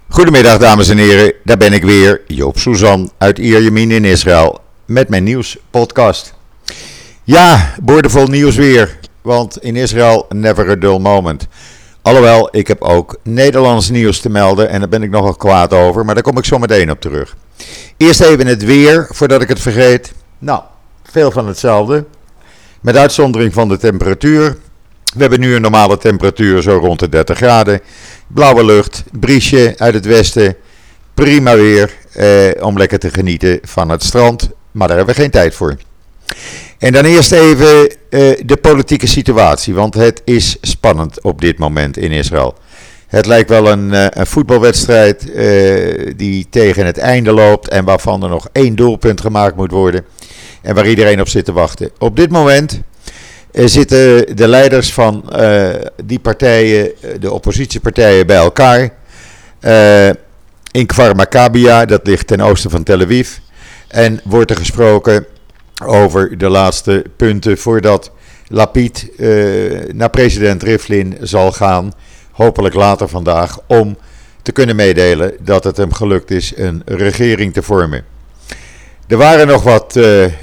Goedemiddag dames en heren, daar ben ik weer, Joop Suzan uit Ierjemien in Israël met mijn nieuwspodcast. Ja, boordevol nieuws weer, want in Israël never a dull moment. Alhoewel, ik heb ook Nederlands nieuws te melden en daar ben ik nogal kwaad over, maar daar kom ik zo meteen op terug. Eerst even het weer, voordat ik het vergeet. Nou, veel van hetzelfde, met uitzondering van de temperatuur. We hebben nu een normale temperatuur zo rond de 30 graden. Blauwe lucht, briesje uit het westen. Prima weer om lekker te genieten van het strand. Maar daar hebben we geen tijd voor. En dan eerst even de politieke situatie. Want het is spannend op dit moment in Israël. Het lijkt wel een voetbalwedstrijd die tegen het einde loopt. En waarvan er nog 1 doelpunt gemaakt moet worden. En waar iedereen op zit te wachten. Op dit moment zitten de leiders van die partijen, de oppositiepartijen, bij elkaar. In Kfar Maccabia, dat ligt ten oosten van Tel Aviv. En wordt er gesproken over de laatste punten voordat Lapid naar president Rivlin zal gaan. Hopelijk later vandaag, om te kunnen meedelen dat het hem gelukt is een regering te vormen. Er waren nog wat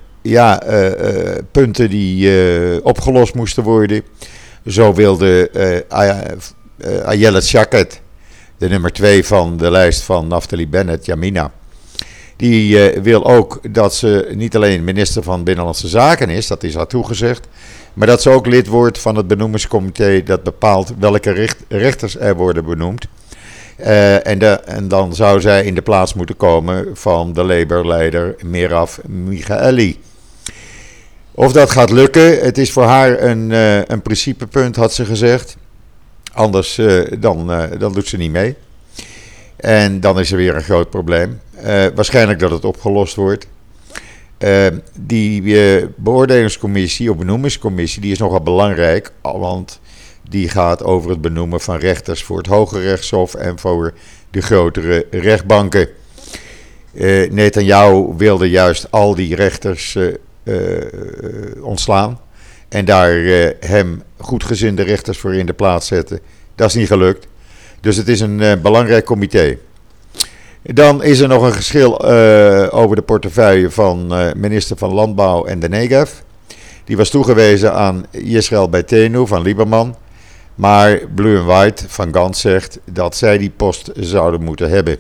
punten die opgelost moesten worden. Zo wilde Ayelet Shaked, de nummer 2 van de lijst van Naftali Bennett, Yamina. Die wil ook dat ze niet alleen minister van Binnenlandse Zaken is, dat is haar toegezegd, maar dat ze ook lid wordt van het benoemingscomité dat bepaalt welke rechters er worden benoemd. En dan zou zij in de plaats moeten komen van de Labour-leider Merav Michaeli. Of dat gaat lukken, het is voor haar een principepunt, had ze gezegd. Anders dan doet ze niet mee. En dan is er weer een groot probleem. Waarschijnlijk dat het opgelost wordt. Die beoordelingscommissie of benoemingscommissie, die is nogal belangrijk. Want die gaat over het benoemen van rechters voor het Hoge Rechtshof en voor de grotere rechtbanken. Netanyahu wilde juist al die rechters ontslaan. En daar hem goedgezinde rechters voor in de plaats zetten. Dat is niet gelukt. Dus het is een belangrijk comité. Dan is er nog een geschil over de portefeuille van minister van Landbouw en de Negev. Die was toegewezen aan Yisrael Beitenu van Lieberman. Maar Blue and White van Gantz zegt dat zij die post zouden moeten hebben.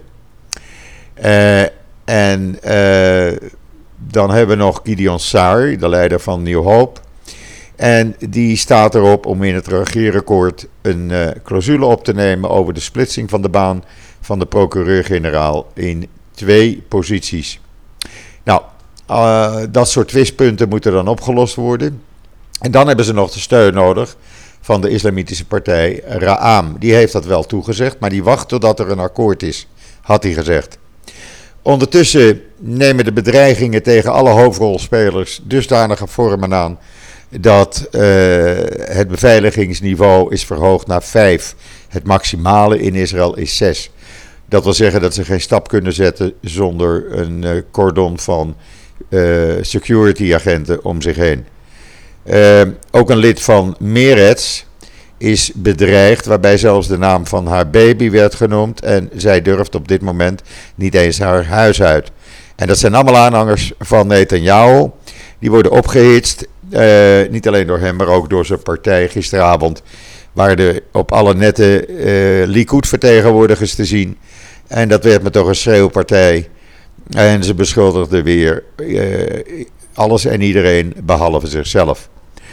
Dan hebben we nog Gideon Saar, de leider van New Hope. En die staat erop om in het regeerakkoord een clausule op te nemen over de splitsing van de baan van de procureur-generaal in 2 posities. Nou, dat soort twistpunten moeten dan opgelost worden. En dan hebben ze nog de steun nodig van de islamitische partij Ra'am. Die heeft dat wel toegezegd, maar die wacht totdat er een akkoord is, had hij gezegd. Ondertussen nemen de bedreigingen tegen alle hoofdrolspelers dusdanige vormen aan dat het beveiligingsniveau is verhoogd naar 5. Het maximale in Israël is 6. Dat wil zeggen dat ze geen stap kunnen zetten zonder een cordon van security-agenten om zich heen. Ook een lid van Meretz is bedreigd, waarbij zelfs de naam van haar baby werd genoemd. En zij durft op dit moment niet eens haar huis uit. En dat zijn allemaal aanhangers van Netanyahu. Die worden opgehitst. Niet alleen door hem, maar ook door zijn partij. Gisteravond waren er op alle netten Likud-vertegenwoordigers te zien. En dat werd me toch een schreeuwpartij. En ze beschuldigden weer alles en iedereen behalve zichzelf.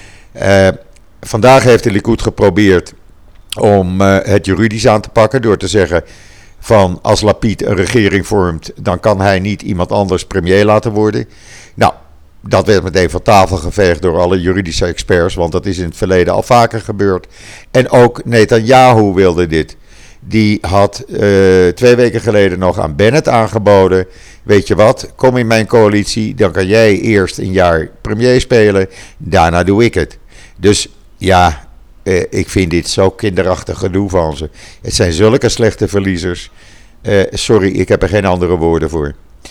Vandaag heeft de Likud geprobeerd om het juridisch aan te pakken door te zeggen van als Lapid een regering vormt, dan kan hij niet iemand anders premier laten worden. Nou, dat werd meteen van tafel geveegd door alle juridische experts, want dat is in het verleden al vaker gebeurd. En ook Netanyahu wilde dit. Die had 2 weken geleden nog aan Bennett aangeboden, weet je wat, kom in mijn coalitie, dan kan jij eerst een jaar premier spelen, daarna doe ik het. Dus ja, ik vind dit zo kinderachtig gedoe van ze. Het zijn zulke slechte verliezers. Sorry, ik heb er geen andere woorden voor.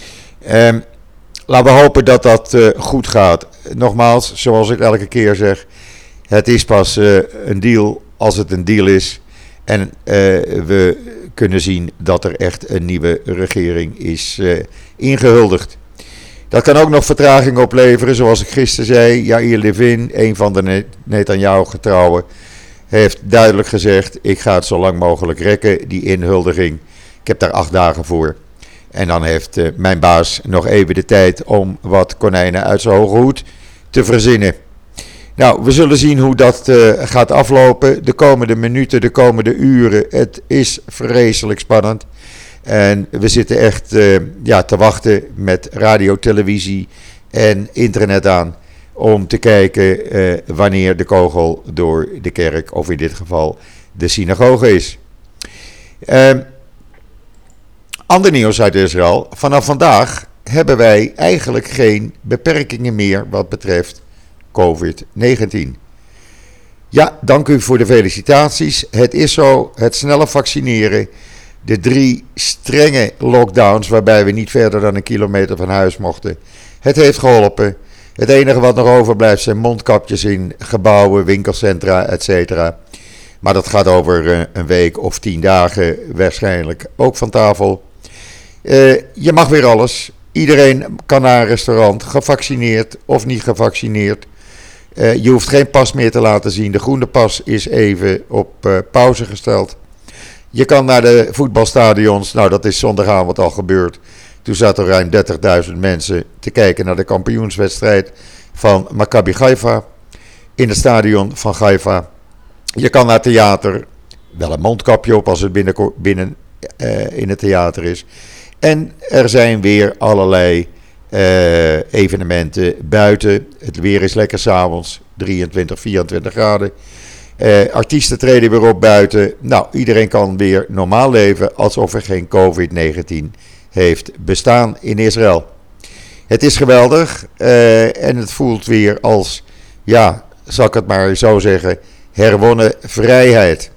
Laten we hopen dat dat goed gaat. Nogmaals, zoals ik elke keer zeg, het is pas een deal als het een deal is. En we kunnen zien dat er echt een nieuwe regering is ingehuldigd. Dat kan ook nog vertraging opleveren, zoals ik gisteren zei. Yair Levin, een van de Netanyahu-getrouwen, heeft duidelijk gezegd: ik ga het zo lang mogelijk rekken, die inhuldiging. Ik heb daar 8 dagen voor. En dan heeft mijn baas nog even de tijd om wat konijnen uit zijn hoge hoed te verzinnen. Nou, we zullen zien hoe dat gaat aflopen de komende minuten, de komende uren. Het is vreselijk spannend. En we zitten echt te wachten met radio, televisie en internet aan om te kijken wanneer de kogel door de kerk, of in dit geval de synagoge is. Ander nieuws uit Israël. Vanaf vandaag hebben wij eigenlijk geen beperkingen meer wat betreft COVID-19. Ja, dank u voor de felicitaties. Het is zo, het snelle vaccineren, de 3 strenge lockdowns waarbij we niet verder dan 1 kilometer van huis mochten. Het heeft geholpen. Het enige wat nog overblijft zijn mondkapjes in gebouwen, winkelcentra, etc. Maar dat gaat over een week of 10 dagen waarschijnlijk ook van tafel. Je mag weer alles. Iedereen kan naar een restaurant, gevaccineerd of niet gevaccineerd. Je hoeft geen pas meer te laten zien. De groene pas is even op pauze gesteld. Je kan naar de voetbalstadions. Nou, dat is zondagavond al gebeurd. Toen zaten er ruim 30.000 mensen te kijken naar de kampioenswedstrijd van Maccabi Haifa in het stadion van Haifa. Je kan naar theater, wel een mondkapje op als het binnen in het theater is. En er zijn weer allerlei evenementen buiten. Het weer is lekker 's avonds, 23, 24 graden. Artiesten treden weer op buiten. Nou, iedereen kan weer normaal leven alsof er geen COVID-19 heeft bestaan in Israël. Het is geweldig en het voelt weer als, ja, zal ik het maar zo zeggen, herwonnen vrijheid.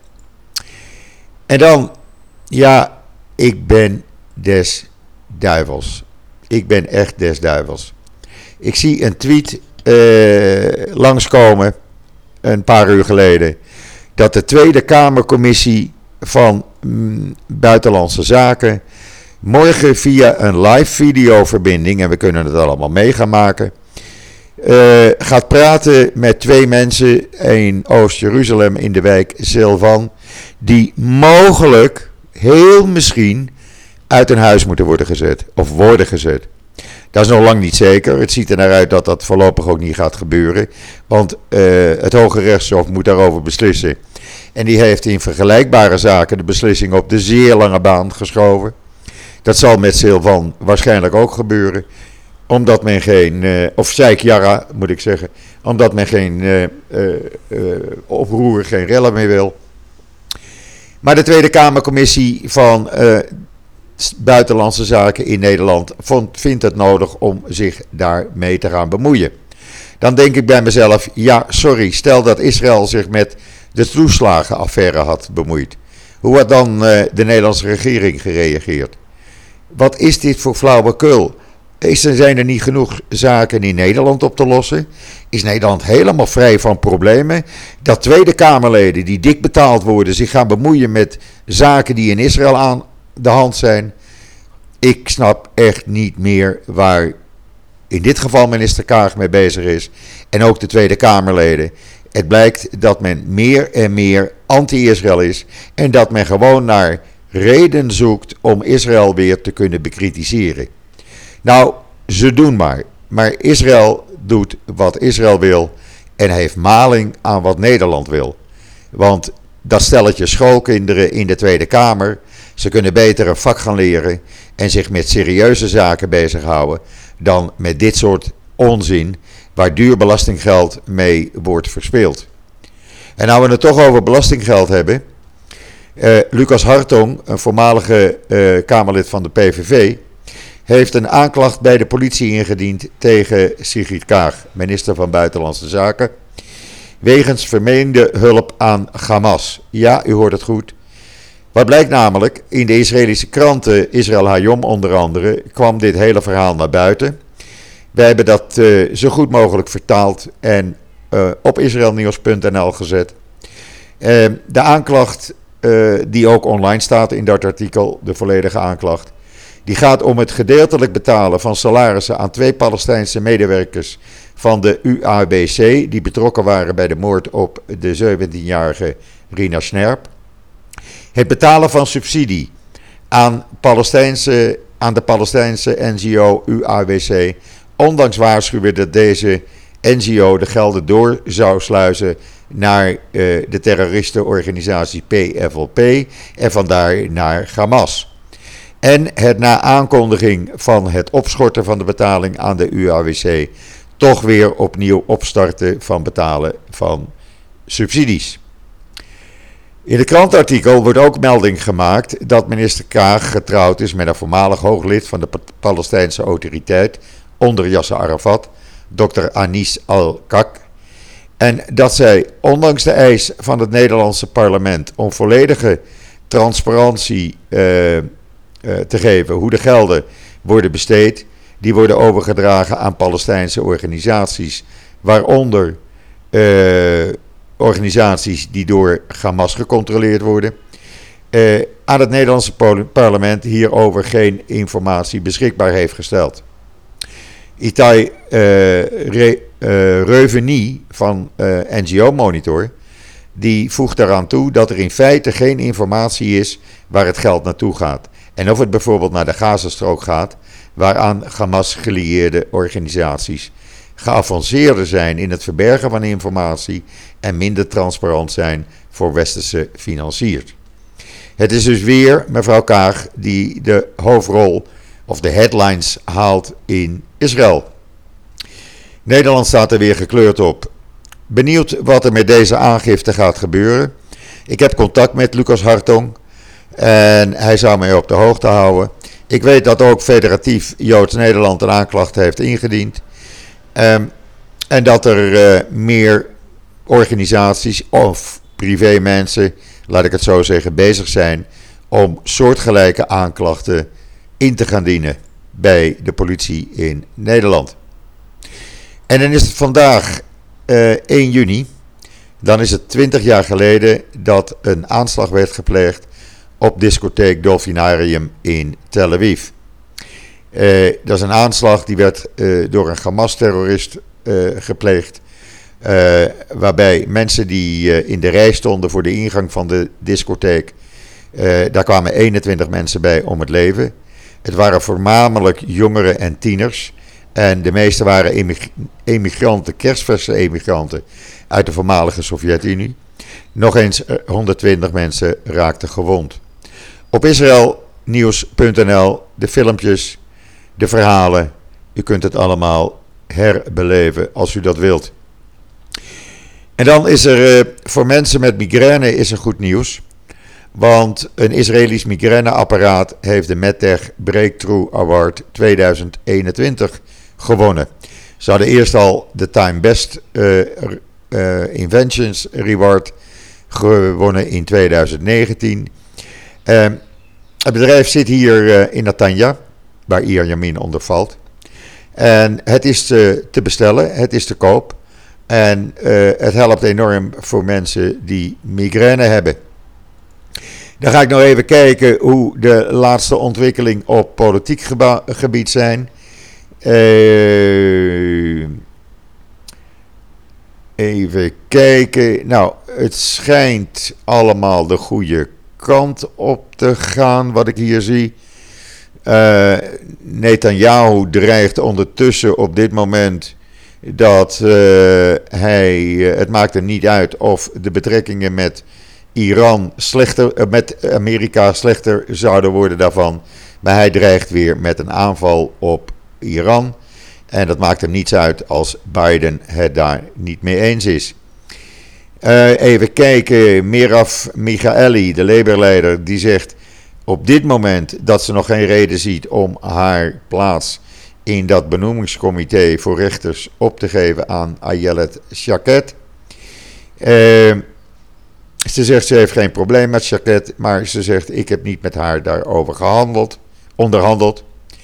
En dan, ja, ik ben des duivels. Ik ben echt des duivels. Ik zie een tweet langskomen een paar uur geleden dat de Tweede Kamercommissie van Buitenlandse Zaken morgen via een live videoverbinding, en we kunnen het allemaal mee gaan maken, gaat praten met 2 mensen in Oost-Jeruzalem in de wijk Silvan, die mogelijk, heel misschien, uit hun huis moeten worden gezet of worden gezet. Dat is nog lang niet zeker. Het ziet er naar uit dat dat voorlopig ook niet gaat gebeuren. Want het Hoge Rechtshof moet daarover beslissen. En die heeft in vergelijkbare zaken de beslissing op de zeer lange baan geschoven. Dat zal met Silvan waarschijnlijk ook gebeuren. Omdat men geen, of Sheikh Jarrah moet ik zeggen. Omdat men geen oproer, geen rellen meer wil. Maar de Tweede Kamercommissie van Buitenlandse Zaken in Nederland vindt het nodig om zich daarmee te gaan bemoeien. Dan denk ik bij mezelf, ja, sorry, stel dat Israël zich met de toeslagenaffaire had bemoeid. Hoe had dan de Nederlandse regering gereageerd? Wat is dit voor flauwekul? Zijn er niet genoeg zaken in Nederland op te lossen? Is Nederland helemaal vrij van problemen? Dat Tweede Kamerleden die dik betaald worden zich gaan bemoeien met zaken die in Israël aan de hand zijn. Ik snap echt niet meer waar in dit geval minister Kaag mee bezig is. En ook de Tweede Kamerleden. Het blijkt dat men meer en meer anti-Israël is. En dat men gewoon naar reden zoekt om Israël weer te kunnen bekritiseren. Nou, ze doen maar. Maar Israël doet wat Israël wil. En heeft maling aan wat Nederland wil. Want dat stelletje schoolkinderen in de Tweede Kamer, ze kunnen beter een vak gaan leren en zich met serieuze zaken bezighouden dan met dit soort onzin waar duur belastinggeld mee wordt verspeeld. En nou we het toch over belastinggeld hebben, Lucas Hartong, een voormalige Kamerlid van de PVV, heeft een aanklacht bij de politie ingediend tegen Sigrid Kaag, minister van Buitenlandse Zaken, wegens vermeende hulp aan Hamas. Ja, u hoort het goed. Wat blijkt namelijk, in de Israëlische kranten, Israël Hayom onder andere, kwam dit hele verhaal naar buiten. Wij hebben dat zo goed mogelijk vertaald en op israelnieuws.nl gezet. De aanklacht die ook online staat in dat artikel, de volledige aanklacht. Die gaat om het gedeeltelijk betalen van salarissen aan 2 Palestijnse medewerkers van de UABC, die betrokken waren bij de moord op de 17-jarige Rina Snerp. Het betalen van subsidie aan de Palestijnse NGO UABC, ondanks waarschuwen dat deze NGO de gelden door zou sluizen naar de terroristenorganisatie PFLP en vandaar naar Hamas. En het na aankondiging van het opschorten van de betaling aan de UABC toch weer opnieuw opstarten van betalen van subsidies. In het krantartikel wordt ook melding gemaakt dat minister Kaag getrouwd is met een voormalig hooglid van de Palestijnse autoriteit onder Yasser Arafat, Dr. Anis Al-Kak. En dat zij, ondanks de eis van het Nederlandse parlement om volledige transparantie te geven hoe de gelden worden besteed, die worden overgedragen aan Palestijnse organisaties, waaronder organisaties die door Hamas gecontroleerd worden, aan het Nederlandse parlement hierover geen informatie beschikbaar heeft gesteld. Itai Reuveny van NGO Monitor, die voegt daaraan toe dat er in feite geen informatie is waar het geld naartoe gaat. En of het bijvoorbeeld naar de Gazastrook gaat, waaraan Hamas gelieerde organisaties geavanceerder zijn in het verbergen van informatie en minder transparant zijn voor westerse financiers. Het is dus weer mevrouw Kaag die de hoofdrol of de headlines haalt in Israël. Nederland staat er weer gekleurd op. Benieuwd wat er met deze aangifte gaat gebeuren. Ik heb contact met Lucas Hartong en hij zou mij op de hoogte houden. Ik weet dat ook Federatief Joods Nederland een aanklacht heeft ingediend. En dat er meer organisaties of privémensen, laat ik het zo zeggen, bezig zijn om soortgelijke aanklachten in te gaan dienen bij de politie in Nederland. En dan is het vandaag 1 juni. Dan is het 20 jaar geleden dat een aanslag werd gepleegd op discotheek Dolfinarium in Tel Aviv. Dat is een aanslag die werd door een Hamas-terrorist gepleegd. Waarbij mensen die in de rij stonden voor de ingang van de discotheek, daar kwamen 21 mensen bij om het leven. Het waren voornamelijk jongeren en tieners. En de meeste waren emigranten, kerstverse emigranten uit de voormalige Sovjet-Unie. Nog eens 120 mensen raakten gewond. Op israelnieuws.nl de filmpjes, de verhalen. U kunt het allemaal herbeleven als u dat wilt. En dan is er voor mensen met migraine is er goed nieuws. Want een Israëlisch migraineapparaat heeft de MedTech Breakthrough Award 2021 gewonnen. Ze hadden eerst al de Time Best Inventions Reward gewonnen in 2019. Het bedrijf zit hier in Netanya, waar Ierjemien onder valt. En het is te bestellen, het is te koop. En het helpt enorm voor mensen die migraine hebben. Dan ga ik nog even kijken hoe de laatste ontwikkelingen op politiek gebied zijn. Even kijken. Nou, het schijnt allemaal de goede kant op te gaan, wat ik hier zie. Netanyahu dreigt ondertussen op dit moment dat het maakt er niet uit of de betrekkingen met Iran met Amerika slechter zouden worden daarvan. Maar hij dreigt weer met een aanval op Iran. En dat maakt hem niets uit als Biden het daar niet mee eens is. Even kijken, Merav Michaeli, de Labour-leider, die zegt op dit moment dat ze nog geen reden ziet om haar plaats in dat benoemingscomité voor rechters op te geven aan Ayelet Shaked. Ze zegt ze heeft geen probleem met Shaked, maar ze zegt ik heb niet met haar daarover onderhandeld.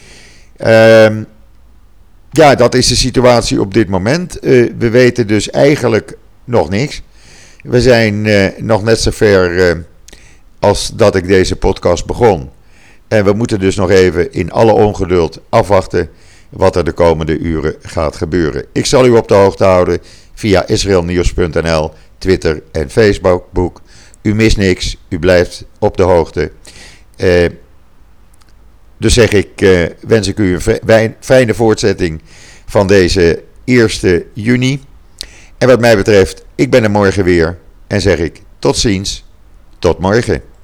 Ja, dat is de situatie op dit moment. We weten dus eigenlijk nog niks. We zijn nog net zo ver als dat ik deze podcast begon. En we moeten dus nog even in alle ongeduld afwachten wat er de komende uren gaat gebeuren. Ik zal u op de hoogte houden via israelnieuws.nl, Twitter en Facebook. U mist niks, u blijft op de hoogte. Dus zeg ik, wens ik u een fijne voortzetting van deze 1 juni. En wat mij betreft, ik ben er morgen weer en zeg ik tot ziens, tot morgen.